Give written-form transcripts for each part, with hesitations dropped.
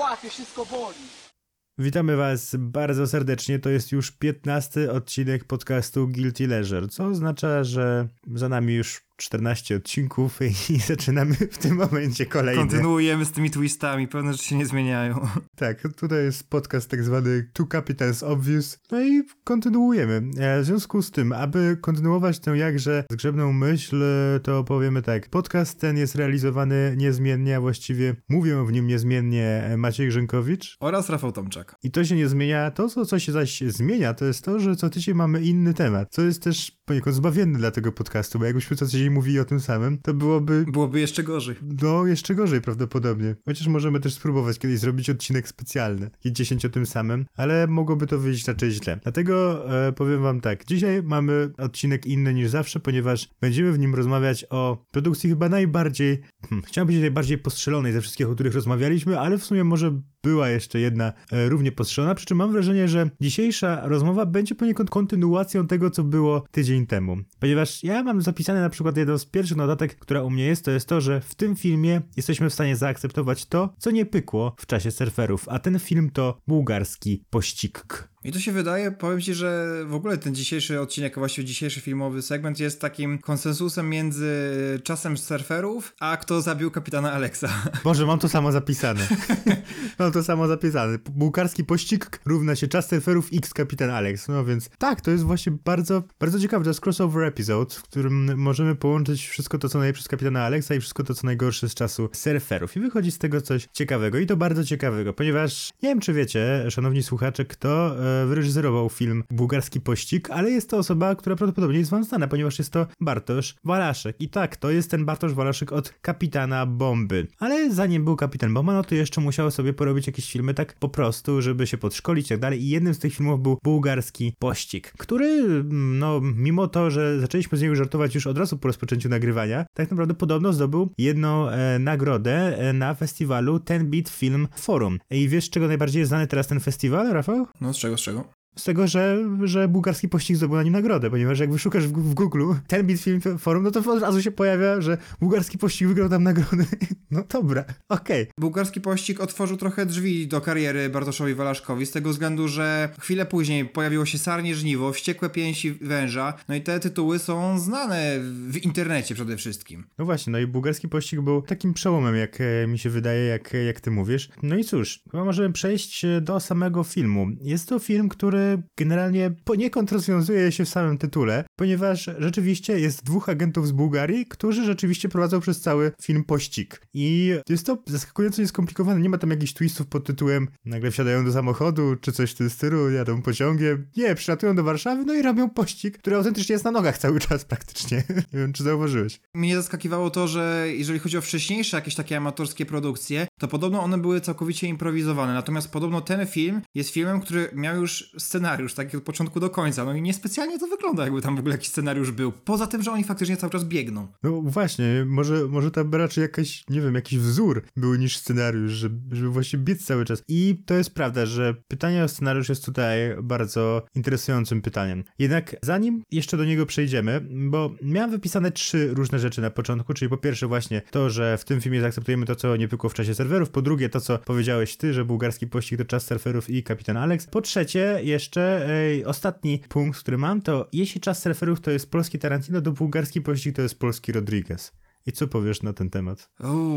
łapie, wszystko boli. Witamy Was bardzo serdecznie, to jest już 15 odcinek podcastu Guilty Leisure, co oznacza, że za nami już 14 odcinków i zaczynamy w tym momencie kolejny. Kontynuujemy z tymi twistami, pewne rzeczy się nie zmieniają. Tak, tutaj jest podcast tak zwany Two Captains Obvious, no i kontynuujemy. W związku z tym, aby kontynuować tę jakże zgrzebną myśl, to powiemy tak, podcast ten jest realizowany niezmiennie, a właściwie mówią w nim niezmiennie Maciej Grzękowicz Oraz Rafał Tomczak. I to się nie zmienia, co się zaś zmienia, to jest to, że co tydzień mamy inny temat, co jest też poniekąd zbawienne dla tego podcastu, bo jakbyśmy co tydzień mówili o tym samym, to byłoby jeszcze gorzej. No, jeszcze gorzej prawdopodobnie. Chociaż możemy też spróbować kiedyś zrobić odcinek specjalny i 10 o tym samym, ale mogłoby to wyjść raczej źle. Dlatego powiem wam tak, dzisiaj mamy odcinek inny niż zawsze, ponieważ będziemy w nim rozmawiać o produkcji chyba najbardziej, chciałem powiedzieć najbardziej postrzelonej ze wszystkich, o których rozmawialiśmy, ale w sumie może była jeszcze jedna równie postrzelona, przy czym mam wrażenie, że dzisiejsza rozmowa będzie poniekąd kontynuacją tego, co było tydzień temu. Ponieważ ja mam zapisane na przykład jedną z pierwszych notatek, która u mnie jest, to jest to, że w tym filmie jesteśmy w stanie zaakceptować to, co nie pykło w czasie surferów, a ten film to bułgarski pościg. I to się wydaje, powiem ci, że w ogóle ten dzisiejszy odcinek, a właściwie dzisiejszy filmowy segment jest takim konsensusem między czasem surferów, a kto zabił kapitana Alexa. Boże, mam to samo zapisane. Bułgarski pościg równa się czas surferów x kapitan Alex. No więc tak, to jest właśnie bardzo, bardzo ciekawe. To jest crossover episode, w którym możemy połączyć wszystko to, co najlepsze z kapitana Alexa i wszystko to, co najgorsze z czasu surferów. I wychodzi z tego coś ciekawego. I to bardzo ciekawego, ponieważ nie wiem, czy wiecie, szanowni słuchacze, kto wyreżyserował film Bułgarski pościg, ale jest to osoba, która prawdopodobnie jest wam znana, ponieważ jest to Bartosz Walaszek. I tak, to jest ten Bartosz Walaszek od Kapitana Bomby. Ale zanim był Kapitan Bomba, no to jeszcze musiał sobie porobić jakieś filmy tak po prostu, żeby się podszkolić i tak dalej. I jednym z tych filmów był Bułgarski pościg, który, no, mimo to, że zaczęliśmy z niego żartować już od razu po rozpoczęciu nagrywania, tak naprawdę podobno zdobył jedną nagrodę na festiwalu Ten Beat Film Forum. I wiesz, z czego najbardziej jest znany teraz ten festiwal, Rafał? No, z czego? Z tego, że bułgarski pościg zdobył na nim nagrodę, ponieważ jak wyszukasz w Google Ten Beat Film Forum, no to od razu się pojawia, że bułgarski pościg wygrał tam nagrodę. No dobra, okej. Bułgarski pościg otworzył trochę drzwi do kariery Bartoszowi Walaszkowi z tego względu, że chwilę później pojawiło się Sarnie Żniwo, Wściekłe pięści węża, no i te tytuły są znane w internecie przede wszystkim. No właśnie, no i bułgarski pościg był takim przełomem, jak mi się wydaje, jak ty mówisz. No i cóż, chyba możemy przejść do samego filmu. Jest to film, który generalnie poniekąd rozwiązuje się w samym tytule, ponieważ rzeczywiście jest dwóch agentów z Bułgarii, którzy rzeczywiście prowadzą przez cały film pościg. I jest to zaskakująco nieskomplikowane, nie ma tam jakichś twistów pod tytułem nagle wsiadają do samochodu, czy coś w tym stylu, jadą pociągiem. Nie, przylatują do Warszawy, no i robią pościg, który autentycznie jest na nogach cały czas praktycznie. Nie wiem, czy zauważyłeś. Mnie zaskakiwało to, że jeżeli chodzi o wcześniejsze jakieś takie amatorskie produkcje, to podobno one były całkowicie improwizowane, natomiast podobno ten film jest filmem, który miał już scenariusz, tak od początku do końca, no i niespecjalnie to wygląda, jakby tam w ogóle jakiś scenariusz był, poza tym, że oni faktycznie cały czas biegną. No właśnie, może tam raczej jakaś, nie wiem, jakiś wzór był niż scenariusz, żeby właśnie biec cały czas. I to jest prawda, że pytanie o scenariusz jest tutaj bardzo interesującym pytaniem. Jednak zanim jeszcze do niego przejdziemy, bo miałem wypisane 3 różne rzeczy na początku, czyli po pierwsze właśnie to, że w tym filmie zaakceptujemy to, co nie pykło w czasie serwerów, po drugie to, co powiedziałeś ty, że bułgarski pościg to czas surferów i kapitan Alex, po trzecie jeszcze ostatni punkt, który mam, to jeśli czas surferów to jest polski Tarantino, to bułgarski pościg to jest polski Rodriguez. I co powiesz na ten temat?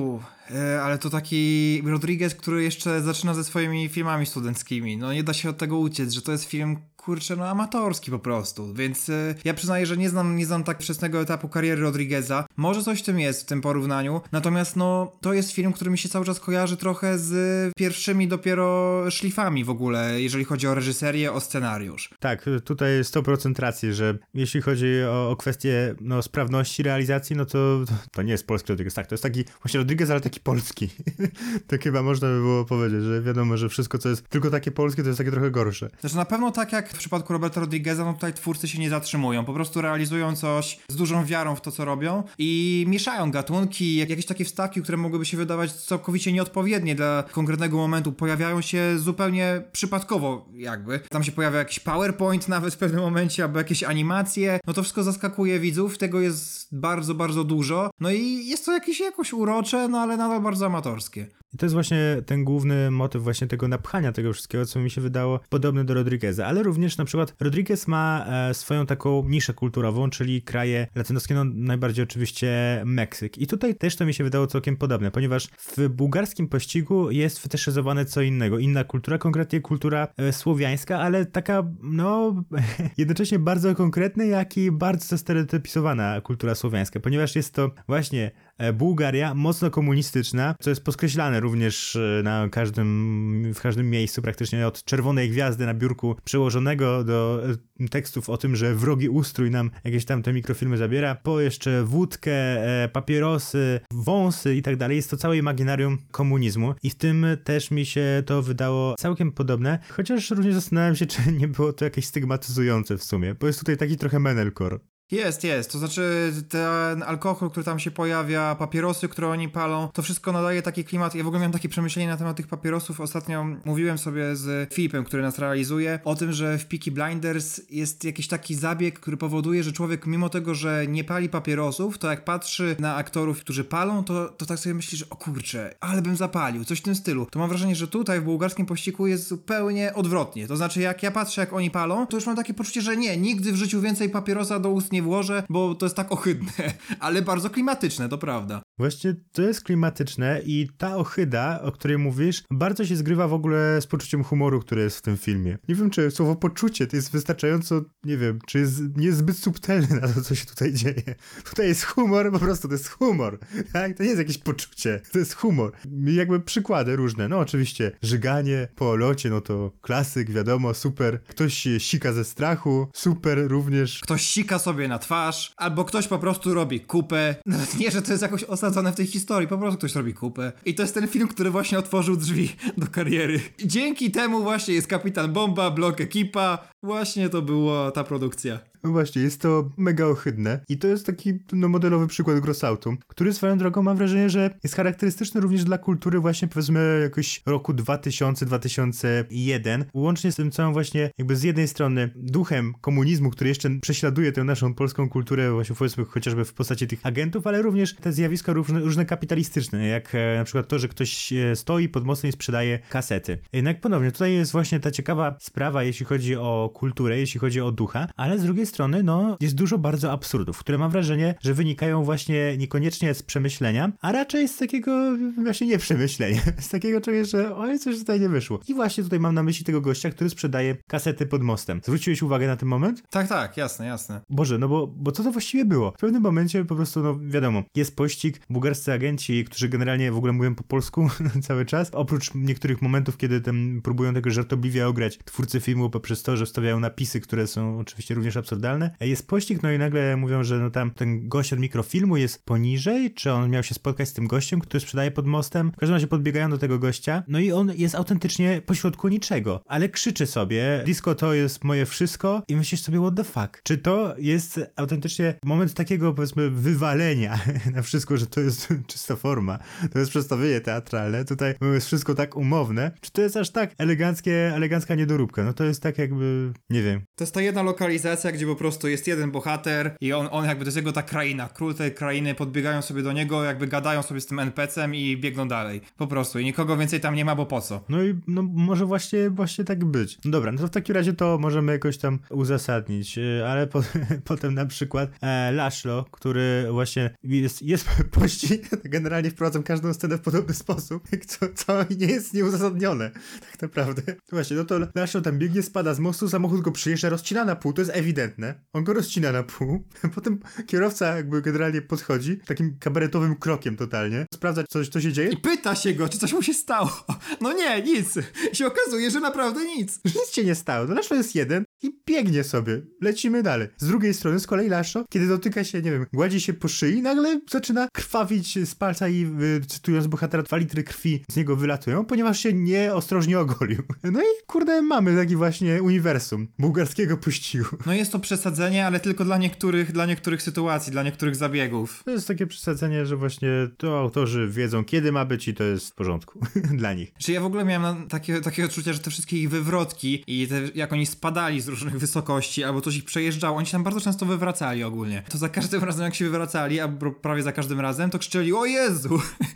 Ale to taki Rodriguez, który jeszcze zaczyna ze swoimi filmami studenckimi. No nie da się od tego uciec, że to jest film, kurczę, no amatorski po prostu. Więc ja przyznaję, że nie znam tak wczesnego etapu kariery Rodrigueza. Może coś w tym jest, w tym porównaniu. Natomiast no, to jest film, który mi się cały czas kojarzy trochę z pierwszymi dopiero szlifami w ogóle, jeżeli chodzi o reżyserię, o scenariusz. Tak, tutaj 100% racji, że jeśli chodzi o kwestię no, sprawności realizacji, no to nie jest polski Rodriguez. Tak, to jest taki właśnie Rodriguez, ale taki polski. Tak chyba można by było powiedzieć, że wiadomo, że wszystko, co jest tylko takie polskie, to jest takie trochę gorsze. Znaczy na pewno tak jak w przypadku Roberta Rodrigueza, no tutaj twórcy się nie zatrzymują. Po prostu realizują coś z dużą wiarą w to, co robią i mieszają gatunki, jakieś takie wstawki, które mogłyby się wydawać całkowicie nieodpowiednie dla konkretnego momentu, pojawiają się zupełnie przypadkowo jakby. Tam się pojawia jakiś PowerPoint nawet w pewnym momencie, albo jakieś animacje. No to wszystko zaskakuje widzów, tego jest bardzo, bardzo dużo. No i jest to jakoś urocze, no ale nadal bardzo amatorskie. I to jest właśnie ten główny motyw właśnie tego napchania tego wszystkiego, co mi się wydało podobne do Rodrigueza, ale również na przykład Rodriguez ma swoją taką niszę kulturową, czyli kraje latynoskie, no najbardziej oczywiście Meksyk. I tutaj też to mi się wydało całkiem podobne, ponieważ w bułgarskim pościgu jest wyteszyzowane co innego, inna kultura, konkretnie kultura słowiańska, ale taka, no, jednocześnie bardzo konkretna, jak i bardzo zastereotypizowana kultura słowiańska, ponieważ jest to właśnie Bułgaria mocno komunistyczna, co jest podkreślane również w każdym miejscu, praktycznie od czerwonej gwiazdy na biurku przełożonego do tekstów o tym, że wrogi ustrój nam jakieś tam te mikrofilmy zabiera, po jeszcze wódkę, papierosy, wąsy i tak dalej. Jest to całe imaginarium komunizmu i w tym też mi się to wydało całkiem podobne, chociaż również zastanawiam się, czy nie było to jakieś stygmatyzujące w sumie, bo jest tutaj taki trochę menelcore. Jest. To znaczy ten alkohol, który tam się pojawia, papierosy, które oni palą, to wszystko nadaje taki klimat. Ja w ogóle miałem takie przemyślenie na temat tych papierosów. Ostatnio mówiłem sobie z Filipem, który nas realizuje, o tym, że w Peaky Blinders jest jakiś taki zabieg, który powoduje, że człowiek mimo tego, że nie pali papierosów, to jak patrzy na aktorów, którzy palą, to tak sobie myśli, że o kurczę, ale bym zapalił, coś w tym stylu. To mam wrażenie, że tutaj w bułgarskim pościgu jest zupełnie odwrotnie. To znaczy jak ja patrzę, jak oni palą, to już mam takie poczucie, że nie, nigdy w życiu więcej papierosa do ust nie włożę, bo to jest tak ohydne, ale bardzo klimatyczne, to prawda. Właśnie to jest klimatyczne i ta ohyda, o której mówisz, bardzo się zgrywa w ogóle z poczuciem humoru, które jest w tym filmie. Nie wiem, czy słowo poczucie to jest wystarczająco, nie wiem, czy jest niezbyt subtelne na to, co się tutaj dzieje. Tutaj jest humor, po prostu to jest humor, tak? To nie jest jakieś poczucie, to jest humor. Jakby przykłady różne, no oczywiście żyganie po locie, no to klasyk, wiadomo, super. Ktoś się sika ze strachu, super również. Ktoś sika sobie na twarz, albo ktoś po prostu robi kupę. Nawet nie, że to jest jakoś osadzone w tej historii, po prostu ktoś robi kupę. I to jest ten film, który właśnie otworzył drzwi do kariery. I dzięki temu właśnie jest Kapitan Bomba, Blok Ekipa. Właśnie to była ta produkcja. No właśnie, jest to mega ohydne i to jest taki modelowy przykład Grossoutu, który swoją drogą mam wrażenie, że jest charakterystyczny również dla kultury właśnie powiedzmy jakoś roku 2000-2001, łącznie z tym całym właśnie jakby z jednej strony duchem komunizmu, który jeszcze prześladuje tę naszą polską kulturę właśnie powiedzmy chociażby w postaci tych agentów, ale również te zjawiska różne kapitalistyczne, jak na przykład to, że ktoś stoi pod mostem i sprzedaje kasety. Jednak ponownie, tutaj jest właśnie ta ciekawa sprawa, jeśli chodzi o kulturę, jeśli chodzi o ducha, ale z drugiej strony, no, jest dużo bardzo absurdów, które mam wrażenie, że wynikają właśnie niekoniecznie z przemyślenia, a raczej z takiego właśnie nieprzemyślenia, z takiego czegoś, że oj, coś tutaj nie wyszło. I właśnie tutaj mam na myśli tego gościa, który sprzedaje kasety pod mostem. Zwróciłeś uwagę na ten moment? Tak, jasne. Boże, no bo co to właściwie było? W pewnym momencie po prostu, no wiadomo, jest pościg, bułgarscy agenci, którzy generalnie w ogóle mówią po polsku cały czas, oprócz niektórych momentów, kiedy tam próbują tego żartobliwie ograć twórcy filmu poprzez to, że wstawiają napisy, które są oczywiście również absurdalne. Jest pościg, no i nagle mówią, że no tam ten gość od mikrofilmu jest poniżej, czy on miał się spotkać z tym gościem, który sprzedaje pod mostem. W każdym razie podbiegają do tego gościa, no i on jest autentycznie pośrodku niczego, ale krzyczy sobie, disco to jest moje wszystko i myślisz sobie, what the fuck? Czy to jest autentycznie moment takiego, powiedzmy, wywalenia na wszystko, że to jest czysta forma, to jest przedstawienie teatralne, tutaj jest wszystko tak umowne, czy to jest aż tak elegancka niedoróbka? No to jest tak jakby, nie wiem. To jest ta jedna lokalizacja, gdzie po prostu jest jeden bohater i on jakby to jest jego ta kraina. Król tej krainy podbiegają sobie do niego, jakby gadają sobie z tym NPC-em i biegną dalej. Po prostu i nikogo więcej tam nie ma, bo po co? No i no może właśnie tak być. No dobra, no to w takim razie to możemy jakoś tam uzasadnić, ale potem na przykład Laszlo, który właśnie jest pości, generalnie wprowadzam każdą scenę w podobny sposób, co nie jest nieuzasadnione, tak naprawdę. Właśnie, no to Laszlo tam biegnie, spada z mostu, samochód go przyjeżdża, rozcina na pół, to jest ewidentne. On go rozcina na pół, potem kierowca jakby generalnie podchodzi takim kabaretowym krokiem totalnie, sprawdza co się dzieje. I pyta się go, czy coś mu się stało. No nie, nic. I się okazuje, że naprawdę nic. Że nic się nie stało. To Laszlo jest jeden i biegnie sobie. Lecimy dalej. Z drugiej strony z kolei Laszlo, kiedy dotyka się, nie wiem, gładzi się po szyi, nagle zaczyna krwawić z palca i cytując bohatera, 2 litry krwi z niego wylatują, ponieważ się nieostrożnie ogolił. No i kurde, mamy taki właśnie uniwersum bułgarskiego pościgu. No jest to przesadzenie, ale tylko dla niektórych sytuacji, dla niektórych zabiegów. To jest takie przesadzenie, że właśnie to autorzy wiedzą, kiedy ma być i to jest w porządku dla nich. Czy ja w ogóle miałem takie odczucie, że te wszystkie ich wywrotki i jak oni spadali z różnych wysokości, albo coś ich przejeżdżało, oni się tam bardzo często wywracali ogólnie. To za każdym razem jak się wywracali, albo prawie za każdym razem, to krzyczeli o Jezu!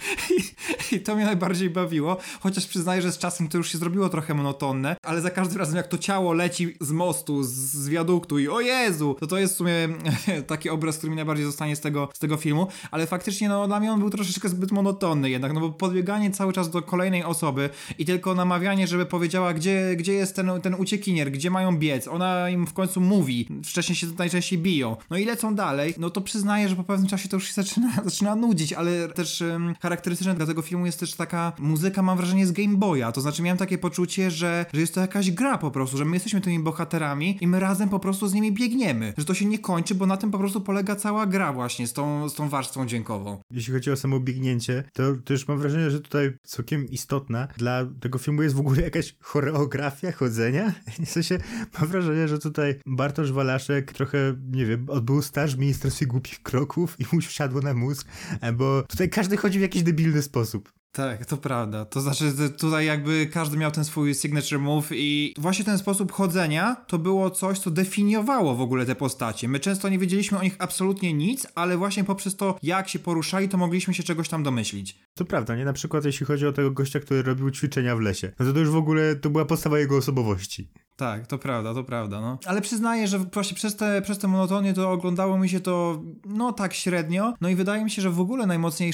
I to mnie najbardziej bawiło, chociaż przyznaję, że z czasem to już się zrobiło trochę monotonne, ale za każdym razem jak to ciało leci z mostu, z wiaduktu i o Jezu! To jest w sumie taki obraz, który mi najbardziej zostanie z tego filmu, ale faktycznie no dla mnie on był troszeczkę zbyt monotonny jednak, no bo podbieganie cały czas do kolejnej osoby i tylko namawianie, żeby powiedziała, gdzie jest ten uciekinier, gdzie mają biec. Ona im w końcu mówi. Wcześniej się najczęściej biją. No i lecą dalej. No to przyznaję, że po pewnym czasie to już się zaczyna nudzić, ale też charakterystyczne dla tego filmu jest też taka muzyka, mam wrażenie, z Game Boya. To znaczy miałem takie poczucie, że jest to jakaś gra po prostu, że my jesteśmy tymi bohaterami i my razem po prostu z nimi biegniemy. Że to się nie kończy, bo na tym po prostu polega cała gra właśnie z tą warstwą dźwiękową. Jeśli chodzi o samo biegnięcie, to już mam wrażenie, że tutaj całkiem istotna dla tego filmu jest w ogóle jakaś choreografia chodzenia. W sensie mam wrażenie, że tutaj Bartosz Walaszek trochę, nie wiem, odbył staż w Ministerstwie Głupich Kroków i mu wsiadło na mózg, bo tutaj każdy chodzi w jakiś debilny sposób. Tak, to prawda. To znaczy tutaj jakby każdy miał ten swój signature move i właśnie ten sposób chodzenia to było coś, co definiowało w ogóle te postacie. My często nie wiedzieliśmy o nich absolutnie nic, ale właśnie poprzez to, jak się poruszali, to mogliśmy się czegoś tam domyślić. To prawda, nie? Na przykład jeśli chodzi o tego gościa, który robił ćwiczenia w lesie, no to już w ogóle to była podstawa jego osobowości. Tak, to prawda, no. Ale przyznaję, że właśnie przez te monotonię to oglądało mi się to, no tak średnio. No i wydaje mi się, że w ogóle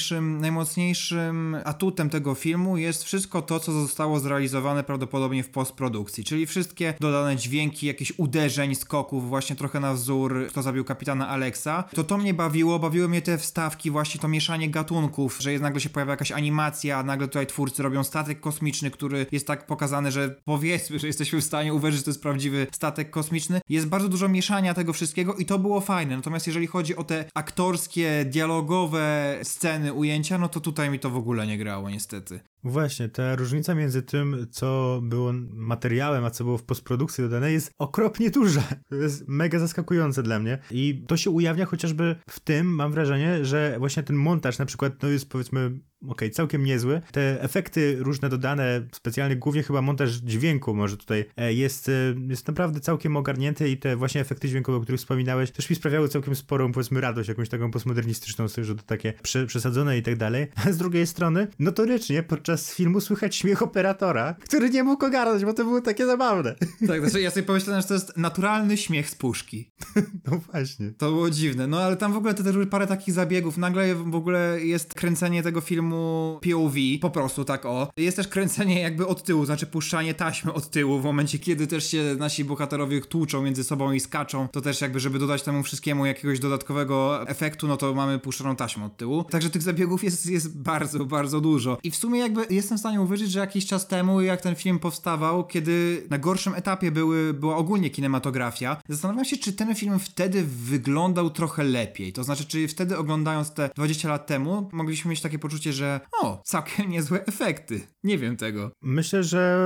najmocniejszym atutem tego filmu jest wszystko to, co zostało zrealizowane prawdopodobnie w postprodukcji. Czyli wszystkie dodane dźwięki, jakieś uderzeń, skoków, właśnie trochę na wzór Kto zabił kapitana Alexa. To mnie bawiły mnie te wstawki, właśnie to mieszanie gatunków, że nagle się pojawia jakaś animacja, nagle tutaj twórcy robią statek kosmiczny, który jest tak pokazany, że powiedzmy, że jesteśmy w stanie uwierzyć, że to jest prawdziwy statek kosmiczny. Jest bardzo dużo mieszania tego wszystkiego i to było fajne. Natomiast jeżeli chodzi o te aktorskie, dialogowe sceny, ujęcia, no to tutaj mi to w ogóle nie grało, niestety. Właśnie, ta różnica między tym, co było materiałem, a co było w postprodukcji dodane, jest okropnie duża. To jest mega zaskakujące dla mnie i to się ujawnia chociażby w tym, mam wrażenie, że właśnie ten montaż na przykład, no jest powiedzmy całkiem niezły. Te efekty różne dodane, specjalnie głównie chyba montaż dźwięku może tutaj jest naprawdę całkiem ogarnięty i te właśnie efekty dźwiękowe, o których wspominałeś, też mi sprawiały całkiem sporą, powiedzmy, radość, jakąś taką postmodernistyczną, że to takie przesadzone i tak dalej. A z drugiej strony, notorycznie podczas filmu słychać śmiech operatora, który nie mógł ogarnąć, bo to było takie zabawne. Tak, znaczy ja sobie pomyślałem, że to jest naturalny śmiech z puszki. No właśnie. To było dziwne, no ale tam w ogóle parę takich zabiegów, nagle w ogóle jest kręcenie tego filmu POV, po prostu tak o. Jest też kręcenie jakby od tyłu, znaczy puszczanie taśmy od tyłu w momencie, kiedy też się nasi bohaterowie tłuczą między sobą i skaczą, to też jakby, żeby dodać temu wszystkiemu jakiegoś dodatkowego efektu, no to mamy puszczoną taśmę od tyłu. Także tych zabiegów jest bardzo, bardzo dużo. I w sumie jakby jestem w stanie uwierzyć, że jakiś czas temu, jak ten film powstawał, kiedy na gorszym etapie była ogólnie kinematografia, zastanawiam się, czy ten film wtedy wyglądał trochę lepiej. To znaczy, czy wtedy oglądając te 20 lat temu, mogliśmy mieć takie poczucie, że całkiem niezłe efekty. Nie wiem tego. Myślę, że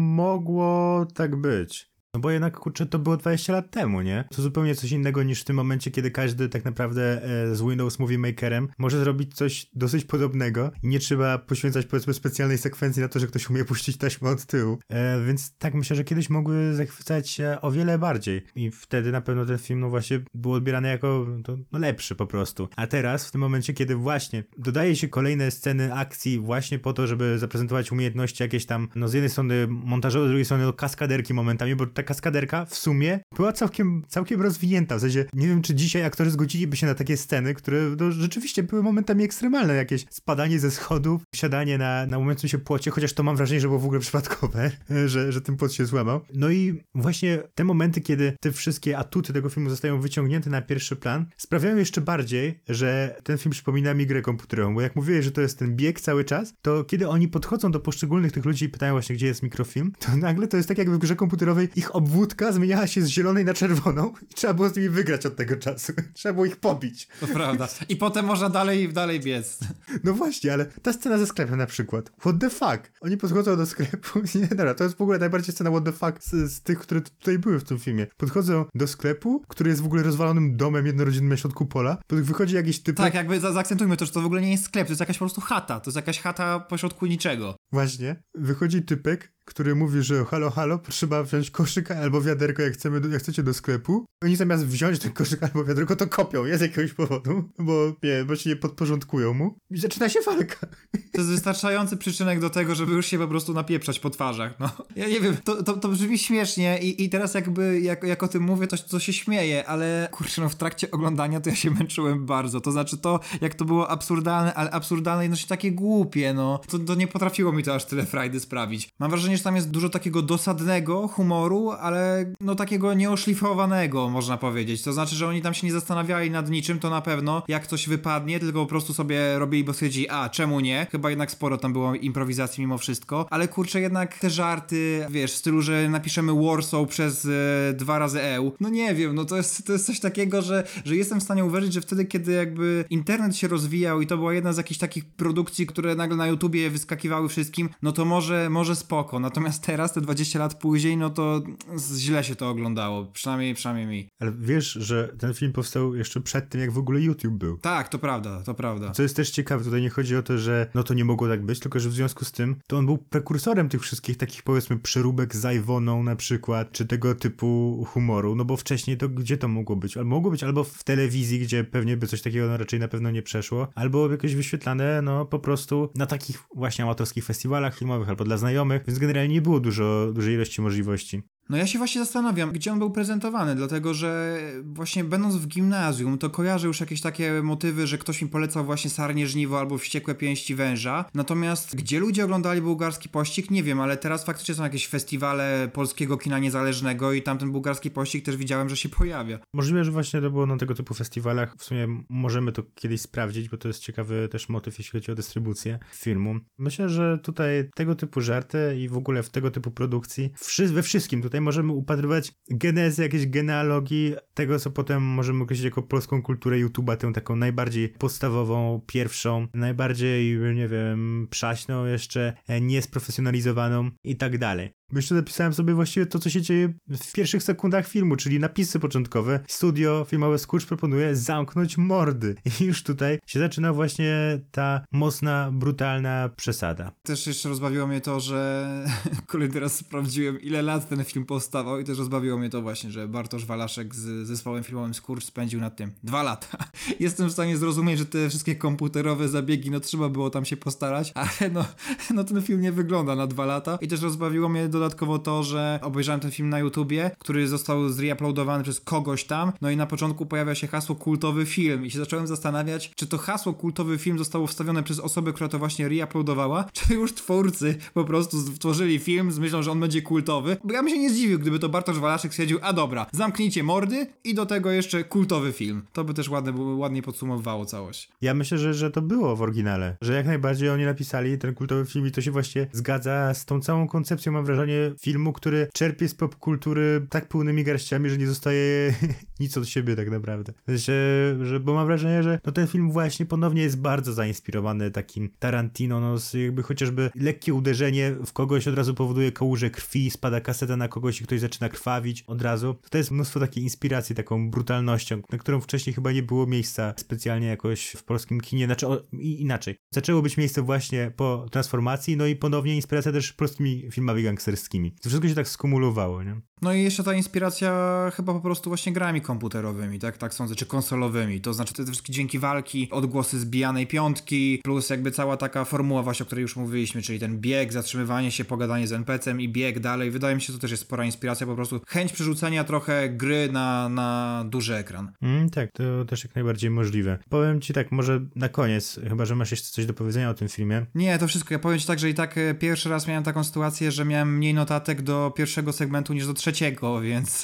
mogło tak być. No bo jednak, kurczę, to było 20 lat temu, nie? To zupełnie coś innego niż w tym momencie, kiedy każdy tak naprawdę z Windows Movie Makerem może zrobić coś dosyć podobnego i nie trzeba poświęcać, powiedzmy, specjalnej sekwencji na to, że ktoś umie puścić taśmę od tyłu. Więc tak, myślę, że kiedyś mogły zachwycać o wiele bardziej. I wtedy na pewno ten film, no właśnie, był odbierany jako lepszy po prostu. A teraz, w tym momencie, kiedy właśnie dodaje się kolejne sceny akcji właśnie po to, żeby zaprezentować umiejętności jakieś tam, no z jednej strony montażowe, z drugiej strony kaskaderki momentami, bo ta kaskaderka w sumie była całkiem rozwinięta. W sensie, nie wiem, czy dzisiaj aktorzy zgodziliby się na takie sceny, które rzeczywiście były momentami ekstremalne. Jakieś spadanie ze schodów, siadanie na łamującym się płocie, chociaż to mam wrażenie, że było w ogóle przypadkowe, że ten płot się złamał. No i właśnie te momenty, kiedy te wszystkie atuty tego filmu zostają wyciągnięte na pierwszy plan, sprawiają jeszcze bardziej, że ten film przypomina mi grę komputerową, bo jak mówiłeś, że to jest ten bieg cały czas, to kiedy oni podchodzą do poszczególnych tych ludzi i pytają właśnie, gdzie jest mikrofilm, to nagle to jest tak, jakby w grze komputerowej ich obwódka zmieniała się z zielonej na czerwoną i trzeba było z nimi wygrać od tego czasu. Trzeba było ich pobić. To prawda. I potem można dalej biec. No właśnie, ale ta scena ze sklepem na przykład. What the fuck? Oni podchodzą do sklepu. Nie, dobra, to jest w ogóle najbardziej scena what the fuck z tych, które tutaj były w tym filmie. Podchodzą do sklepu, który jest w ogóle rozwalonym domem jednorodzinnym na środku pola. Wychodzi jakiś typ. Tak, jakby zaakcentujmy to, że to w ogóle nie jest sklep, to jest jakaś po prostu chata. To jest jakaś chata pośrodku niczego. Właśnie. Wychodzi typek, który mówi, że halo, trzeba wziąć koszyk albo wiaderko, jak chcecie do sklepu. Oni zamiast wziąć ten koszyk albo wiaderko, to kopią je z jakiegoś powodu, bo się nie podporządkują mu. I zaczyna się walka. To jest wystarczający przyczynek do tego, żeby już się po prostu napieprzać po twarzach, no. Ja nie wiem, to brzmi śmiesznie i teraz jakby, jak o tym mówię, to się śmieję, ale kurczę, no w trakcie oglądania to ja się męczyłem bardzo. To znaczy to, jak to było absurdalne, ale absurdalne i jednocześnie takie głupie, no. To nie potrafiło mi to aż tyle frajdy sprawić. Mam wrażenie, że tam jest dużo takiego dosadnego humoru, ale no takiego nieoszlifowanego, można powiedzieć. To znaczy, że oni tam się nie zastanawiali nad niczym, to na pewno, jak coś wypadnie, tylko po prostu sobie robili, bo stwierdzili, czemu nie? Chyba jednak sporo tam było improwizacji mimo wszystko, ale kurczę, jednak te żarty, wiesz, w stylu, że napiszemy Warsaw przez 2 razy EU. No nie wiem, no to jest coś takiego, że jestem w stanie uwierzyć, że wtedy, kiedy jakby internet się rozwijał i to była jedna z jakichś takich produkcji, które nagle na YouTubie wyskakiwały wszystkim, no to może spoko. Natomiast teraz, te 20 lat później, no to źle się to oglądało. Przynajmniej mi. Ale wiesz, że ten film powstał jeszcze przed tym, jak w ogóle YouTube był. Tak, to prawda. Co jest też ciekawe, tutaj nie chodzi o to, że no to nie mogło tak być, tylko że w związku z tym, to on był prekursorem tych wszystkich takich, powiedzmy, przeróbek z Iwoną na przykład, czy tego typu humoru, no bo wcześniej to gdzie to mogło być? Mogło być albo w telewizji, gdzie pewnie by coś takiego raczej na pewno nie przeszło, albo jakoś wyświetlane, no po prostu na takich właśnie amatorskich festiwalach filmowych, albo dla znajomych, więc generalnie nie było dużej ilości możliwości. No ja się właśnie zastanawiam, gdzie on był prezentowany, dlatego że właśnie będąc w gimnazjum, to kojarzę już jakieś takie motywy, że ktoś mi polecał właśnie Sarnie Żniwo albo Wściekłe Pięści Węża, natomiast gdzie ludzie oglądali bułgarski pościg, nie wiem, ale teraz faktycznie są jakieś festiwale polskiego kina niezależnego i tam ten bułgarski pościg też widziałem, że się pojawia. Możliwe, że właśnie to było na tego typu festiwalach, w sumie możemy to kiedyś sprawdzić, bo to jest ciekawy też motyw, jeśli chodzi o dystrybucję filmu. Myślę, że tutaj tego typu żarty i w ogóle w tego typu produkcji, we wszystkim tutaj możemy upatrywać genezy, jakieś genealogii tego, co potem możemy określić jako polską kulturę YouTube'a, tę taką najbardziej podstawową, pierwszą, najbardziej, nie wiem, przaśną jeszcze, niesprofesjonalizowaną i tak dalej. Jeszcze zapisałem sobie właściwie to, co się dzieje w pierwszych sekundach filmu, czyli napisy początkowe. Studio filmowe Scrooge proponuje zamknąć mordy. I już tutaj się zaczyna właśnie ta mocna, brutalna przesada. Też jeszcze rozbawiło mnie to, że kolejny raz sprawdziłem, ile lat ten film powstawał i też rozbawiło mnie to właśnie, że Bartosz Walaszek z zespołem filmowym Scrooge spędził nad tym 2 lata. Jestem w stanie zrozumieć, że te wszystkie komputerowe zabiegi, no trzeba było tam się postarać, ale no ten film nie wygląda na 2 lata i też rozbawiło mnie dodatkowo to, że obejrzałem ten film na YouTubie, który został zreuploadowany przez kogoś tam, no i na początku pojawia się hasło kultowy film i się zacząłem zastanawiać, czy to hasło kultowy film zostało wstawione przez osobę, która to właśnie reuploadowała, czy już twórcy po prostu stworzyli film z myślą, że on będzie kultowy, bo ja bym się nie zdziwił, gdyby to Bartosz Walaszek stwierdził, dobra, zamknijcie mordy i do tego jeszcze kultowy film. To by też ładnie podsumowywało całość. Ja myślę, że to było w oryginale, że jak najbardziej oni napisali ten kultowy film i to się właśnie zgadza z tą całą koncepcją, mam wrażenie, filmu, który czerpie z popkultury tak pełnymi garściami, że nie zostaje nic od siebie tak naprawdę. Bo mam wrażenie, że no ten film właśnie ponownie jest bardzo zainspirowany takim Tarantino, no jakby chociażby lekkie uderzenie w kogoś od razu powoduje kałużę krwi, spada kaseta na kogoś i ktoś zaczyna krwawić od razu. To jest mnóstwo takiej inspiracji, taką brutalnością, na którą wcześniej chyba nie było miejsca specjalnie jakoś w polskim kinie, inaczej. Zaczęło być miejsce właśnie po transformacji, no i ponownie inspiracja też polskimi filmami gangsterskimi. To wszystko się tak skumulowało, nie? No i jeszcze ta inspiracja chyba po prostu właśnie grami komputerowymi, tak sądzę, czy konsolowymi. To znaczy te wszystkie dźwięki walki, odgłosy zbijanej piątki, plus jakby cała taka formuła właśnie, o której już mówiliśmy, czyli ten bieg, zatrzymywanie się, pogadanie z NPC-em i bieg dalej. Wydaje mi się, że to też jest spora inspiracja, po prostu chęć przerzucenia trochę gry na duży ekran. Tak, to też jak najbardziej możliwe. Powiem ci tak, może na koniec, chyba że masz jeszcze coś do powiedzenia o tym filmie. Nie, to wszystko. Ja powiem ci tak, że i tak pierwszy raz miałem taką sytuację, że miałem mniej notatek do pierwszego segmentu niż do trzeciego, więc...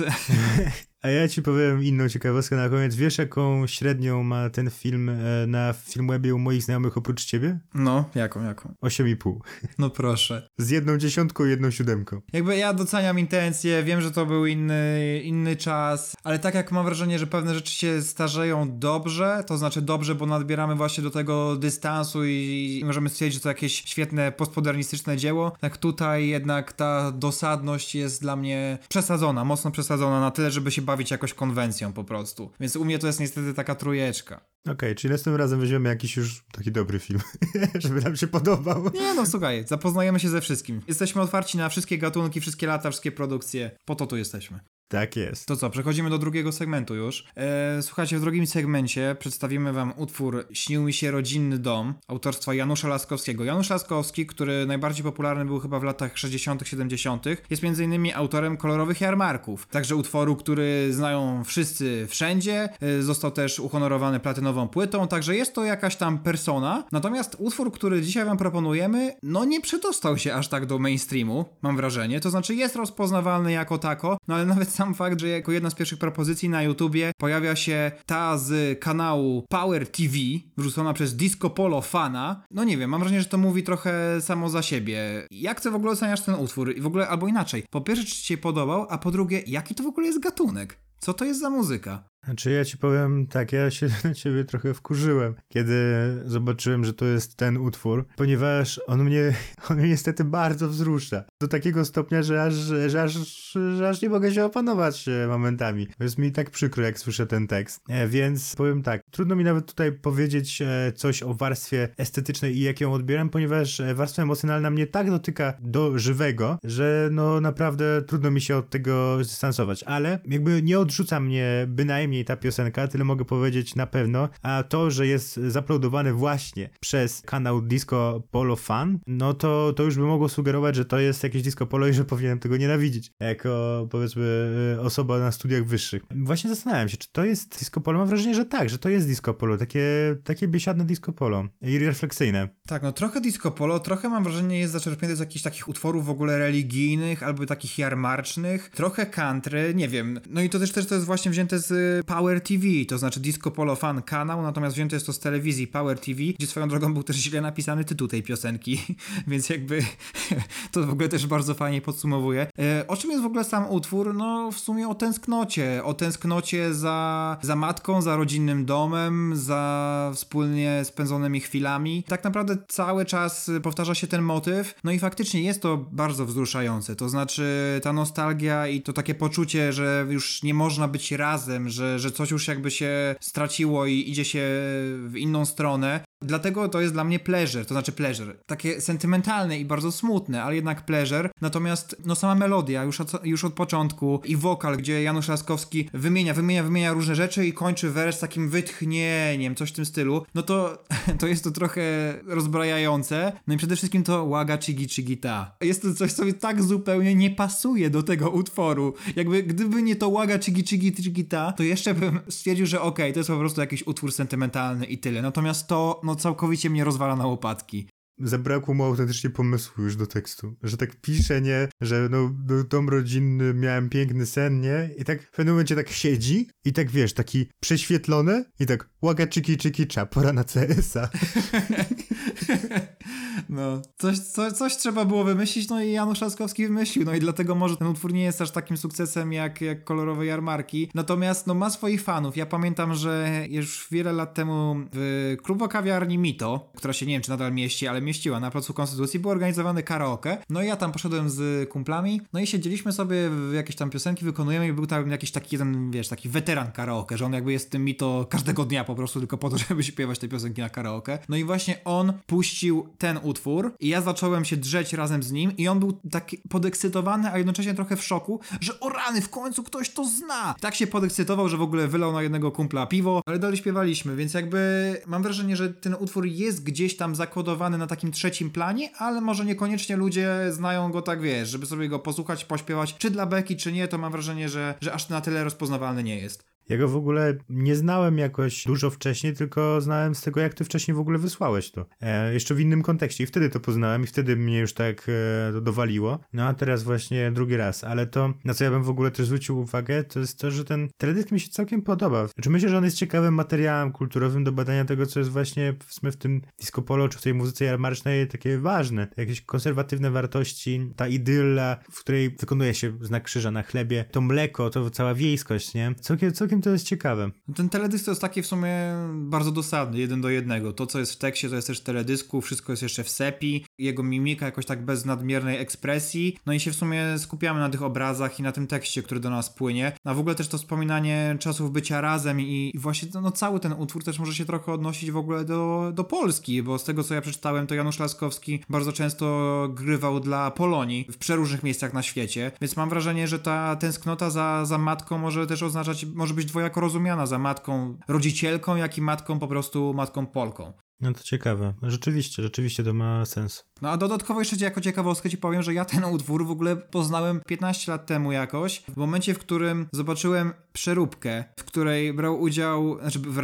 A ja ci powiem inną ciekawostkę na koniec. Wiesz, jaką średnią ma ten film na Filmwebie u moich znajomych oprócz ciebie? No, jaką? 8,5. No proszę. Z 1/10 i 1/7. Jakby ja doceniam intencje, wiem, że to był inny czas, ale tak jak mam wrażenie, że pewne rzeczy się starzeją dobrze, to znaczy dobrze, bo nadbieramy właśnie do tego dystansu i możemy stwierdzić, że to jakieś świetne postmodernistyczne dzieło, tak tutaj jednak ta dosadność jest dla mnie przesadzona, mocno przesadzona na tyle, żeby się bawić bawić jakoś konwencją po prostu. Więc u mnie to jest niestety taka trójeczka. Okej, czyli następnym razem weźmiemy jakiś już taki dobry film, żeby nam się podobał. Nie no, słuchaj, zapoznajemy się ze wszystkim. Jesteśmy otwarci na wszystkie gatunki, wszystkie lata, wszystkie produkcje. Po to tu jesteśmy. Tak jest. To co, przechodzimy do drugiego segmentu już. Słuchajcie, w drugim segmencie przedstawimy wam utwór Śnił mi się rodzinny dom autorstwa Janusza Laskowskiego. Janusz Laskowski, który najbardziej popularny był chyba w latach 60., 70., jest m.in. autorem kolorowych jarmarków. Także utworu, który znają wszyscy wszędzie. Został też uhonorowany platynową płytą, także jest to jakaś tam persona. Natomiast utwór, który dzisiaj wam proponujemy, no nie przedostał się aż tak do mainstreamu, mam wrażenie. To znaczy jest rozpoznawalny jako tako, no ale nawet sam fakt, że jako jedna z pierwszych propozycji na YouTubie pojawia się ta z kanału Power TV, wrzucona przez Disco Polo Fana. No nie wiem, mam wrażenie, że to mówi trochę samo za siebie. Jak ty w ogóle oceniasz ten utwór? I w ogóle, albo inaczej, po pierwsze, czy ci się podobał, a po drugie, jaki to w ogóle jest gatunek? Co to jest za muzyka? Znaczy ja ci powiem tak, ja się na ciebie trochę wkurzyłem, kiedy zobaczyłem, że to jest ten utwór, ponieważ on mnie niestety bardzo wzrusza. Do takiego stopnia, że aż nie mogę się opanować momentami. Jest mi tak przykro, jak słyszę ten tekst. Więc powiem tak, trudno mi nawet tutaj powiedzieć coś o warstwie estetycznej i jak ją odbieram, ponieważ warstwa emocjonalna mnie tak dotyka do żywego, że no naprawdę trudno mi się od tego dystansować. Ale jakby nie odrzuca mnie bynajmniej ta piosenka, tyle mogę powiedzieć na pewno, a to, że jest zaploadowany właśnie przez kanał Disco Polo Fan, no to już by mogło sugerować, że to jest jakieś Disco Polo i że powinienem tego nienawidzić, jako powiedzmy osoba na studiach wyższych. Właśnie zastanawiam się, czy to jest Disco Polo? Mam wrażenie, że tak, że to jest Disco Polo, takie biesiadne Disco Polo i refleksyjne. Tak, no trochę Disco Polo, trochę mam wrażenie jest zaczerpnięte z jakichś takich utworów w ogóle religijnych, albo takich jarmarcznych, trochę country, nie wiem. No i to też to jest właśnie wzięte z Power TV, to znaczy Disco Polo Fan kanał, natomiast wzięte jest to z telewizji Power TV, gdzie swoją drogą był też źle napisany tytuł tej piosenki, więc jakby to w ogóle też bardzo fajnie podsumowuje. O czym jest w ogóle sam utwór? No w sumie o tęsknocie za matką, za rodzinnym domem, za wspólnie spędzonymi chwilami. Tak naprawdę cały czas powtarza się ten motyw, no i faktycznie jest to bardzo wzruszające, to znaczy ta nostalgia i to takie poczucie, że już nie można być razem, że coś już jakby się straciło i idzie się w inną stronę. Dlatego to jest dla mnie pleasure, to znaczy pleasure. Takie sentymentalne i bardzo smutne, ale jednak pleasure. Natomiast no sama melodia już od początku i wokal, gdzie Janusz Laskowski wymienia różne rzeczy i kończy wers takim wytchnieniem, coś w tym stylu. No to jest to trochę rozbrajające. No i przede wszystkim to łaga chigi chigi ta. Jest to coś, co mi tak zupełnie nie pasuje do tego utworu. Jakby gdyby nie to łaga chigi chigi chigi ta, to jeszcze bym stwierdził, że okej, to jest po prostu jakiś utwór sentymentalny i tyle. Natomiast to no całkowicie mnie rozwala na łopatki. Zabrakło mu autentycznie pomysłu już do tekstu, że tak pisze, nie, że no dom rodzinny, miałem piękny sen, nie, i tak w pewnym momencie tak siedzi i tak wiesz, taki prześwietlony i tak łaga czyki czyki cza, pora na CS-a. No, coś trzeba było wymyślić, no i Janusz Laskowski wymyślił, no i dlatego może ten utwór nie jest aż takim sukcesem jak kolorowe jarmarki, natomiast no ma swoich fanów. Ja pamiętam, że już wiele lat temu w klubo-kawiarni Mito, która się nie wiem czy nadal mieści, ale mieściła na Placu Konstytucji, był organizowany karaoke, no i ja tam poszedłem z kumplami, no i siedzieliśmy sobie, jakieś tam piosenki wykonujemy i był tam jakiś taki jeden, wiesz, taki weteran karaoke, że on jakby jest w tym Mito każdego dnia po prostu tylko po to, żeby śpiewać te piosenki na karaoke. No i właśnie on puścił ten utwór i ja zacząłem się drzeć razem z nim i on był taki podekscytowany, a jednocześnie trochę w szoku, że o rany, w końcu ktoś to zna. Tak się podekscytował, że w ogóle wylał na jednego kumpla piwo, ale dalej śpiewaliśmy, więc jakby mam wrażenie, że ten utwór jest gdzieś tam zakodowany na takim trzecim planie, ale może niekoniecznie ludzie znają go tak, wiesz, żeby sobie go posłuchać, pośpiewać, czy dla beki, czy nie, to mam wrażenie, że aż na tyle rozpoznawalny nie jest. Ja go w ogóle nie znałem jakoś dużo wcześniej, tylko znałem z tego, jak ty wcześniej w ogóle wysłałeś to. Jeszcze w innym kontekście i wtedy to poznałem i wtedy mnie już tak to dowaliło. No a teraz właśnie drugi raz. Ale to, na co ja bym w ogóle też zwrócił uwagę, to jest to, że ten teledysk mi się całkiem podoba. Znaczy myślę, że on jest ciekawym materiałem kulturowym do badania tego, co jest właśnie w tym disco polo, czy w tej muzyce jarmarcznej takie ważne. Jakieś konserwatywne wartości, ta idylla, w której wykonuje się znak krzyża na chlebie, to mleko, to cała wiejskość, nie? Całkiem całkiem to jest ciekawe. Ten teledysk to jest taki w sumie bardzo dosadny, 1:1. To, co jest w tekście, to jest też w teledysku, wszystko jest jeszcze w sepi, jego mimika jakoś tak bez nadmiernej ekspresji, no i się w sumie skupiamy na tych obrazach i na tym tekście, który do nas płynie. A w ogóle też to wspominanie czasów bycia razem i właśnie no, cały ten utwór też może się trochę odnosić w ogóle do Polski, bo z tego, co ja przeczytałem, to Janusz Laskowski bardzo często grywał dla Polonii w przeróżnych miejscach na świecie, więc mam wrażenie, że ta tęsknota za matką może też oznaczać, może być dwojako rozumiana, za matką rodzicielką, jak i matką po prostu matką Polką. No to ciekawe. Rzeczywiście to ma sens. No a dodatkowo jeszcze jako ciekawostkę ci powiem, że ja ten utwór w ogóle poznałem 15 lat temu jakoś, w momencie, w którym zobaczyłem przeróbkę, w której brał udział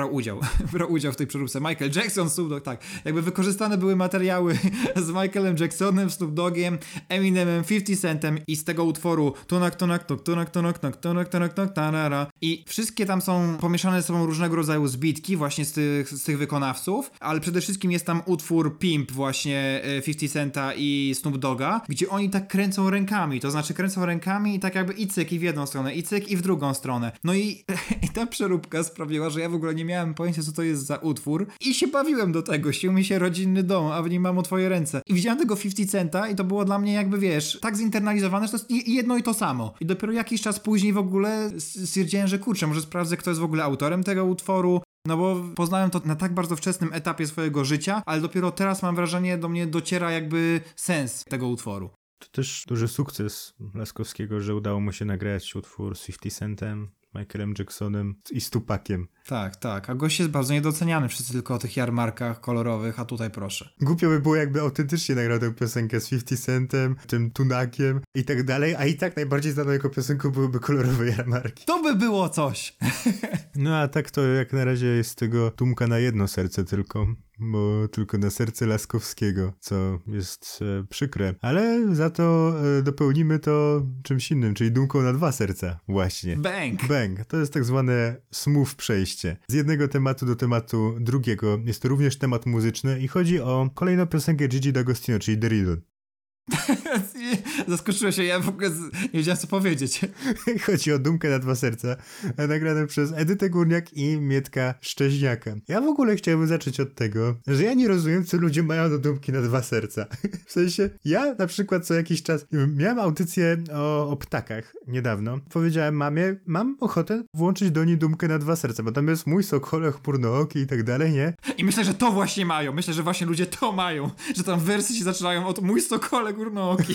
w tej przeróbce Michael Jackson, Snoop Dogg, tak. Jakby wykorzystane były materiały z Michaelem Jacksonem, Snoop Doggiem, Eminemem, 50 Centem i z tego utworu tunak, tunak, tuk, tunak, tunak, tuk, tunak, tunak, tuk, tarara. I wszystkie tam są pomieszane ze sobą różnego rodzaju zbitki właśnie z tych wykonawców, ale przede wszystkim jest tam utwór Pimp właśnie 50 Centa i Snoop Dogga, gdzie oni tak kręcą rękami, to znaczy kręcą rękami i tak jakby i cyk i w jedną stronę, i cyk i w drugą stronę. No i ta przeróbka sprawiła, że ja w ogóle nie miałem pojęcia, co to jest za utwór i się bawiłem do tego, śnił mi się rodzinny dom, a w nim mamo twoje ręce. I widziałem tego 50 Centa i to było dla mnie jakby, wiesz, tak zinternalizowane, że to jest jedno i to samo. I dopiero jakiś czas później w ogóle stwierdziłem, że kurczę, może sprawdzę, kto jest w ogóle autorem tego utworu. No bo poznałem to na tak bardzo wczesnym etapie swojego życia, ale dopiero teraz mam wrażenie, do mnie dociera jakby sens tego utworu. To też duży sukces Laskowskiego, że udało mu się nagrać utwór z 50 Centem, Michaelem Jacksonem i z Tupakiem. Tak, a gość jest bardzo niedoceniany, wszyscy tylko o tych jarmarkach kolorowych, a tutaj proszę. Głupio by było, jakby autentycznie nagrał tę piosenkę z 50 Centem, tym Tunakiem i tak dalej, a i tak najbardziej znaną jego piosenką byłyby kolorowe jarmarki. To by było coś! No a tak to jak na razie jest tego Tumka na jedno serce tylko, bo tylko na serce Laskowskiego, co jest przykre. Ale za to dopełnimy to czymś innym, czyli dumką na dwa serca właśnie. Bang! To jest tak zwane smooth przejście. Z jednego tematu do tematu drugiego. Jest to również temat muzyczny i chodzi o kolejną piosenkę Gigi D'Agostino, czyli The Riddle. Zaskoczyłem się, ja w ogóle nie wiedziałem, co powiedzieć. Chodzi o Dumkę na dwa serca, nagrane przez Edytę Górniak i Mietka Szczeźniaka. Ja w ogóle chciałbym zacząć od tego, że ja nie rozumiem, co ludzie mają do Dumki na dwa serca. W sensie, ja na przykład co jakiś czas miałem audycję o ptakach niedawno. Powiedziałem mamie, mam ochotę włączyć do niej Dumkę na dwa serca, bo tam jest mój sokole chmurnooki i tak dalej, nie? I myślę, że to właśnie mają. Myślę, że właśnie ludzie to mają. Że tam wersy się zaczynają od mój sokole górnooki.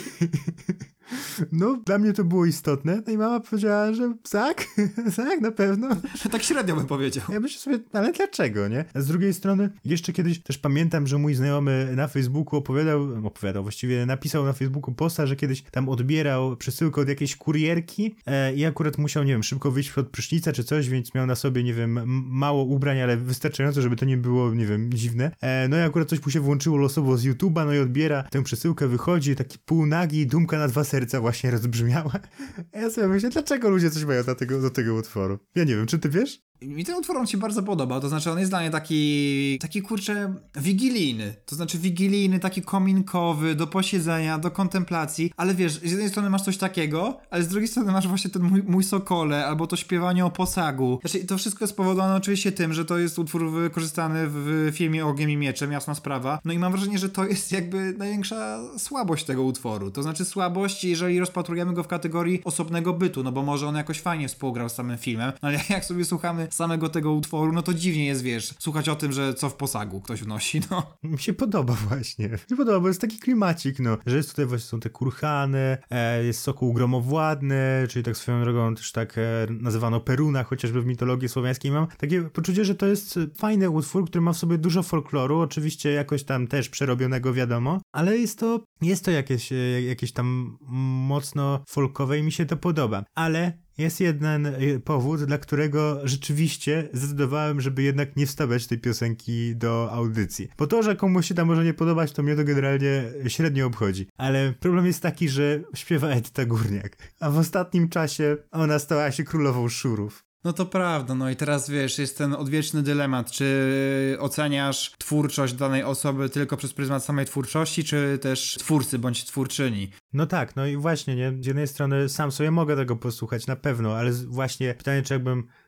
No, dla mnie to było istotne. No i mama powiedziała, że tak, na pewno. Tak średnio bym powiedział. Ja myślę sobie, ale dlaczego, nie? A z drugiej strony, jeszcze kiedyś też pamiętam, że mój znajomy na Facebooku właściwie napisał na Facebooku posta, że kiedyś tam odbierał przesyłkę od jakiejś kurierki i akurat musiał, nie wiem, szybko wyjść spod prysznica czy coś, więc miał na sobie, nie wiem, mało ubrań, ale wystarczająco, żeby to nie było, nie wiem, dziwne. No i akurat coś mu się włączyło losowo z YouTube'a, no i odbiera tę przesyłkę, wychodzi, taki półnagi, Dumka na dwa serca właśnie rozbrzmiała. Ja sobie myślę, dlaczego ludzie coś mają do tego utworu? Ja nie wiem, czy ty wiesz? Mi ten utwór on się bardzo podobał, to znaczy on jest dla mnie taki kurczę wigilijny, to znaczy wigilijny, taki kominkowy, do posiedzenia, do kontemplacji, ale wiesz, z jednej strony masz coś takiego, ale z drugiej strony masz właśnie ten mój sokole, albo to śpiewanie o posagu. Znaczy to wszystko jest spowodowane oczywiście tym, że to jest utwór wykorzystany w filmie Ogniem i Mieczem, jasna sprawa, no i mam wrażenie, że to jest jakby największa słabość tego utworu, to znaczy słabość, jeżeli rozpatrujemy go w kategorii osobnego bytu, no bo może on jakoś fajnie współgrał z samym filmem, no ale jak sobie słuchamy samego tego utworu, no to dziwnie jest, wiesz, słuchać o tym, że co w posagu ktoś wnosi, no. Mi się podoba właśnie. Mi się podoba, bo jest taki klimacik, no, że jest tutaj właśnie są te kurhany, jest sokół gromowładny, czyli tak swoją drogą też tak nazywano Peruna, chociażby w mitologii słowiańskiej. Mam takie poczucie, że to jest fajny utwór, który ma w sobie dużo folkloru, oczywiście jakoś tam też przerobionego, wiadomo, ale jest to jakieś tam mocno folkowe i mi się to podoba, ale jest jeden powód, dla którego rzeczywiście zdecydowałem, żeby jednak nie wstawiać tej piosenki do audycji. Bo to, że komuś się tam może nie podobać, to mnie to generalnie średnio obchodzi. Ale problem jest taki, że śpiewa Edyta Górniak, a w ostatnim czasie ona stała się królową szurów. No to prawda, no i teraz wiesz, jest ten odwieczny dylemat, czy oceniasz twórczość danej osoby tylko przez pryzmat samej twórczości, czy też twórcy bądź twórczyni. No tak, no i właśnie, nie? Z jednej strony sam sobie mogę tego posłuchać, na pewno, ale właśnie pytanie, czy jakbym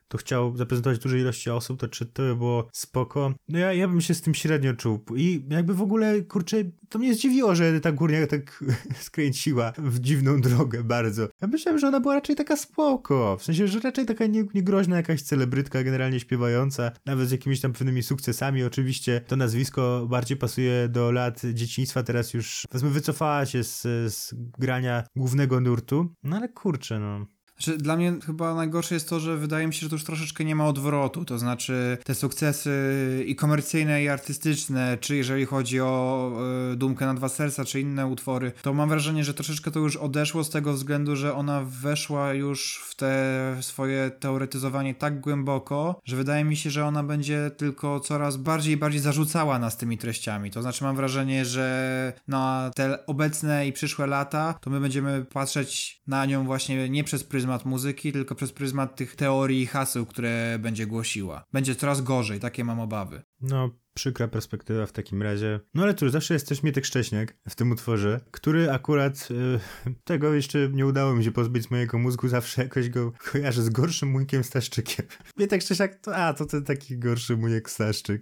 to chciał zaprezentować dużej ilości osób, to czy to by było spoko? No ja bym się z tym średnio czuł i jakby w ogóle, kurczę, to mnie zdziwiło, że ta górnia tak skręciła w dziwną drogę bardzo. Ja myślałem, że ona była raczej taka spoko, w sensie, że raczej taka niegroźna jakaś celebrytka generalnie śpiewająca, nawet z jakimiś tam pewnymi sukcesami. Oczywiście to nazwisko bardziej pasuje do lat dzieciństwa, teraz już powiedzmy wycofała się z grania głównego nurtu, no ale kurczę, no. Znaczy, dla mnie chyba najgorsze jest to, że wydaje mi się, że to już troszeczkę nie ma odwrotu, to znaczy te sukcesy i komercyjne, i artystyczne, czy jeżeli chodzi o Dumkę na dwa serca, czy inne utwory, to mam wrażenie, że troszeczkę to już odeszło z tego względu, że ona weszła już w te swoje teoretyzowanie tak głęboko, że wydaje mi się, że ona będzie tylko coraz bardziej i bardziej zarzucała nas tymi treściami. To znaczy mam wrażenie, że na te obecne i przyszłe lata, to my będziemy patrzeć na nią właśnie nie przez pryzmat muzyki, tylko przez pryzmat tych teorii i haseł, które będzie głosiła. Będzie coraz gorzej, takie mam obawy. No, przykra perspektywa w takim razie. No ale cóż, zawsze jest też Mietek Szcześniak w tym utworze, który akurat tego jeszcze nie udało mi się pozbyć z mojego mózgu, zawsze jakoś go kojarzę z gorszym Munikiem Staszczykiem. Mietek Szcześniak to ten taki gorszy Muniek Staszczyk.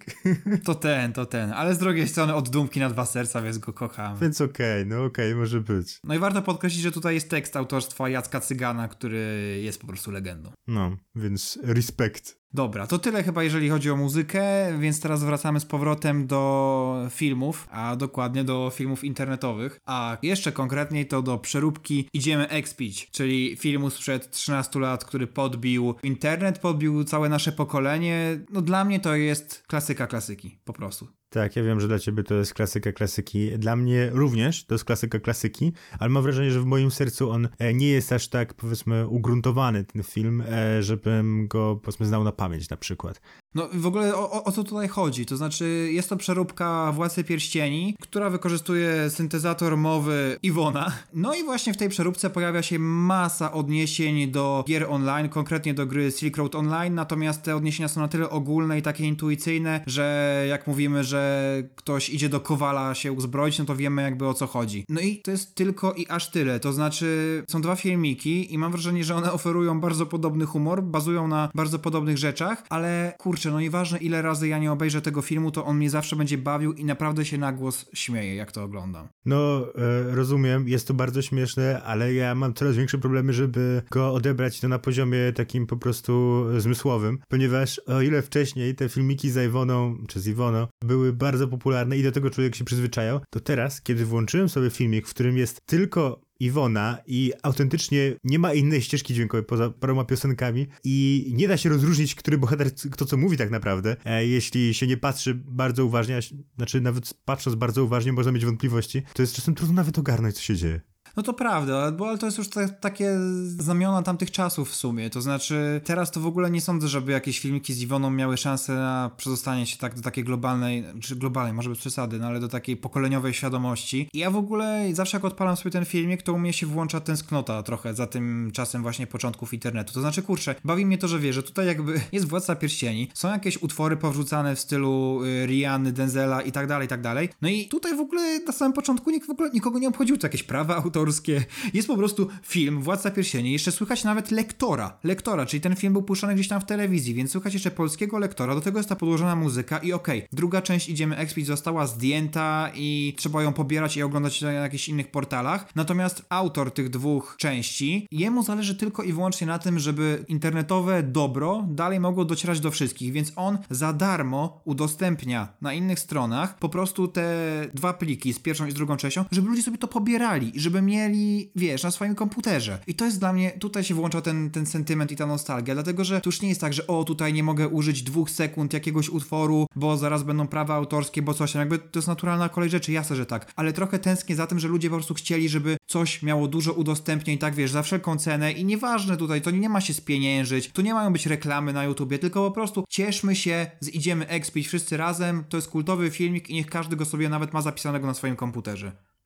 To ten, ale z drugiej strony od Dumki na dwa serca, więc go kochamy. Więc okej, może być. No i warto podkreślić, że tutaj jest tekst autorstwa Jacka Cygana, który jest po prostu legendą. No, więc respekt. Dobra, to tyle chyba jeżeli chodzi o muzykę, więc teraz wracamy z powrotem do filmów, a dokładnie do filmów internetowych, a jeszcze konkretniej to do przeróbki Idziemy Expić, czyli filmu sprzed 13 lat, który podbił internet, podbił całe nasze pokolenie. No dla mnie to jest klasyka klasyki, po prostu. Tak, ja wiem, że dla ciebie to jest klasyka klasyki. Dla mnie również to jest klasyka klasyki, ale mam wrażenie, że w moim sercu on nie jest aż tak, powiedzmy, ugruntowany, ten film, żebym go, powiedzmy, znał na pamięć na przykład. No w ogóle o co tutaj chodzi? To znaczy jest to przeróbka Władcy Pierścieni, która wykorzystuje syntezator mowy Iwona. No i właśnie w tej przeróbce pojawia się masa odniesień do gier online, konkretnie do gry Silk Road Online, natomiast te odniesienia są na tyle ogólne i takie intuicyjne, że jak mówimy, że ktoś idzie do kowala się uzbroić, no to wiemy jakby o co chodzi. No i to jest tylko i aż tyle. To znaczy są dwa filmiki i mam wrażenie, że one oferują bardzo podobny humor, bazują na bardzo podobnych rzeczach, ale kurczę, no nieważne ile razy ja nie obejrzę tego filmu, to on mnie zawsze będzie bawił i naprawdę się na głos śmieję, jak to oglądam. No, rozumiem, jest to bardzo śmieszne, ale ja mam coraz większe problemy, żeby go odebrać to na poziomie takim po prostu zmysłowym, ponieważ o ile wcześniej te filmiki z Iwoną, czy z Iwoną, były bardzo popularne i do tego człowiek się przyzwyczajał, to teraz, kiedy włączyłem sobie filmik, w którym jest tylko Iwona i autentycznie nie ma innej ścieżki dźwiękowej poza paroma piosenkami i nie da się rozróżnić, który bohater kto co mówi tak naprawdę, jeśli się nie patrzy bardzo uważnie, znaczy nawet patrząc bardzo uważnie można mieć wątpliwości, to jest czasem trudno nawet ogarnąć, co się dzieje. No to prawda, ale to jest już takie znamiona tamtych czasów w sumie, to znaczy teraz to w ogóle nie sądzę, żeby jakieś filmiki z Iwoną miały szansę na przedostanie się tak do takiej globalnej, może bez przesady, no ale do takiej pokoleniowej świadomości. I ja w ogóle zawsze jak odpalam sobie ten filmik, to u mnie się włącza tęsknota trochę za tym czasem właśnie początków internetu. To znaczy, kurczę, bawi mnie to, że wie, że tutaj jakby jest Władca Pierścieni, są jakieś utwory powrzucane w stylu Rihanny, Denzela i tak dalej. No i tutaj w ogóle na samym początku nikogo nie obchodziło to jakieś prawa autorskie. Jest po prostu film Władca Pierścieni. Jeszcze słychać nawet lektora, czyli ten film był puszczany gdzieś tam w telewizji, więc słychać jeszcze polskiego lektora, do tego jest ta podłożona muzyka i okej, druga część Idziemy Expić została zdjęta i trzeba ją pobierać i oglądać na jakichś innych portalach. Natomiast autor tych dwóch części, jemu zależy tylko i wyłącznie na tym, żeby internetowe dobro dalej mogło docierać do wszystkich, więc on za darmo udostępnia na innych stronach po prostu te dwa pliki z pierwszą i z drugą częścią, żeby ludzie sobie to pobierali i żeby mieli, wiesz, na swoim komputerze. I to jest dla mnie, tutaj się włącza ten sentyment i ta nostalgia, dlatego, że to już nie jest tak, że tutaj nie mogę użyć 2 sekund jakiegoś utworu, bo zaraz będą prawa autorskie, bo coś tam, jakby to jest naturalna kolej rzeczy, jasne, że tak, ale trochę tęsknię za tym, że ludzie po prostu chcieli, żeby coś miało dużo udostępnień, tak wiesz, za wszelką cenę i nieważne tutaj, to nie ma się spieniężyć, tu nie mają być reklamy na YouTubie, tylko po prostu cieszmy się, Idziemy Expić wszyscy razem, to jest kultowy filmik i niech każdy go sobie nawet ma zapisanego na swoim komputerze.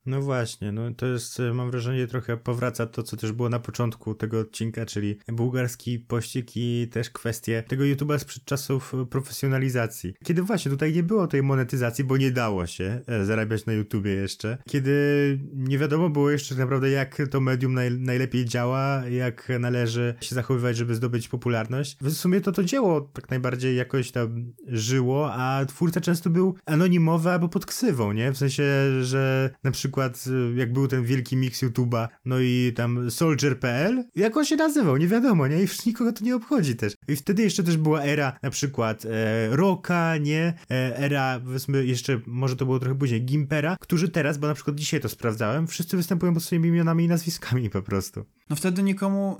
No właśnie, no to jest, mam wrażenie, trochę powraca to, co też było na początku tego odcinka, czyli bułgarski pościg i też kwestie tego YouTube'a sprzed czasów profesjonalizacji. Kiedy właśnie tutaj nie było tej monetyzacji, bo nie dało się zarabiać na YouTubie jeszcze. Kiedy nie wiadomo było jeszcze tak naprawdę, jak to medium najlepiej działa, jak należy się zachowywać, żeby zdobyć popularność. W sumie to dzieło tak najbardziej jakoś tam żyło, a twórca często był anonimowy albo pod ksywą, nie? W sensie, że na przykład jak był ten wielki mix YouTube'a, no i tam Soldier.pl, jak on się nazywał, nie wiadomo, nie? I już nikogo to nie obchodzi też. I wtedy jeszcze też była era na przykład Rocka, nie? Era, powiedzmy, jeszcze, może to było trochę później, Gimpera, którzy teraz, bo na przykład dzisiaj to sprawdzałem, wszyscy występują pod swoimi imionami i nazwiskami po prostu. No wtedy nikomu,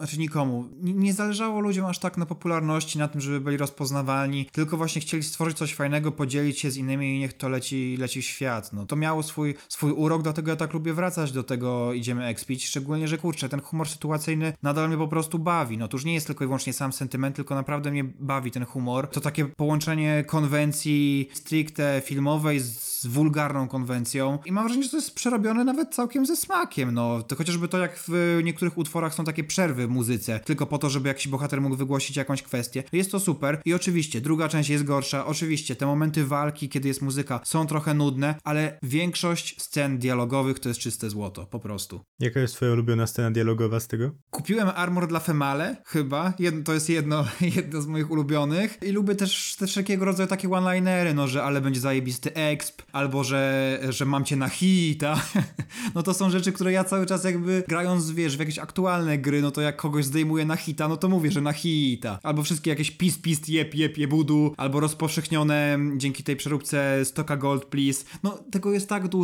nie zależało ludziom aż tak na popularności, na tym, żeby byli rozpoznawalni, tylko właśnie chcieli stworzyć coś fajnego, podzielić się z innymi i niech to leci w świat. No to miało swój urok, dlatego ja tak lubię wracać do tego Idziemy Expić, szczególnie, że kurczę, ten humor sytuacyjny nadal mnie po prostu bawi. No to już nie jest tylko i wyłącznie sam sentyment, tylko naprawdę mnie bawi ten humor. To takie połączenie konwencji stricte filmowej z wulgarną konwencją i mam wrażenie, że to jest przerobione nawet całkiem ze smakiem, no. To chociażby to, jak w niektórych utworach są takie przerwy w muzyce, tylko po to, żeby jakiś bohater mógł wygłosić jakąś kwestię. Jest to super i oczywiście druga część jest gorsza, oczywiście te momenty walki, kiedy jest muzyka, są trochę nudne, ale większość scen dialogowych to jest czyste złoto, po prostu. Jaka jest twoja ulubiona scena dialogowa z tego? Kupiłem Armor dla Female, chyba. To jest jedno z moich ulubionych. I lubię też te wszelkiego rodzaju takie one-linery, no, że ale będzie zajebisty exp, albo że mam cię na hita. No to są rzeczy, które ja cały czas jakby grając, wiesz, w jakieś aktualne gry, no to jak kogoś zdejmuję na hita, no to mówię, że na hita. Albo wszystkie jakieś pist, jep, jebudu, albo rozpowszechnione dzięki tej przeróbce Stocka Gold, please. No tego jest tak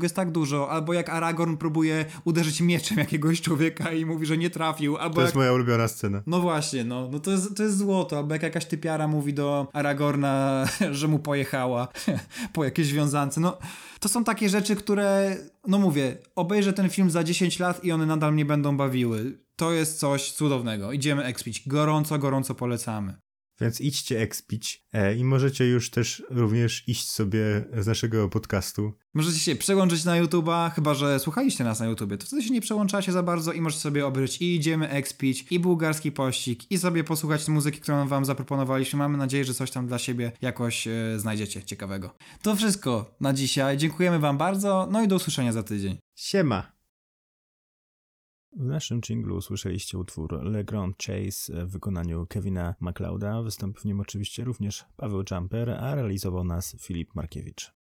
dużo. Albo jak Aragorn próbuje uderzyć mieczem jakiegoś człowieka i mówi, że nie trafił. Albo to jest moja ulubiona scena. No właśnie, no to jest złoto. Albo jak jakaś typiara mówi do Aragorna, że mu pojechała po jakieś wiązance. No to są takie rzeczy, które, no mówię, obejrzę ten film za 10 lat i one nadal mnie będą bawiły. To jest coś cudownego. Idziemy expić. Gorąco polecamy. Więc idźcie expić i możecie już też również iść sobie z naszego podcastu. Możecie się przełączyć na YouTube'a, chyba że słuchaliście nas na YouTubie, to wtedy się nie przełączacie za bardzo i możecie sobie obejrzeć i Idziemy expić, i bułgarski pościg, i sobie posłuchać muzyki, którą wam zaproponowaliśmy. Mamy nadzieję, że coś tam dla siebie jakoś znajdziecie ciekawego. To wszystko na dzisiaj. Dziękujemy wam bardzo, no i do usłyszenia za tydzień. Siema! W naszym dżinglu usłyszeliście utwór Le Grand Chase w wykonaniu Kevina MacLeoda. Wystąpił w nim oczywiście również Paweł Jumper, a realizował nas Filip Markiewicz.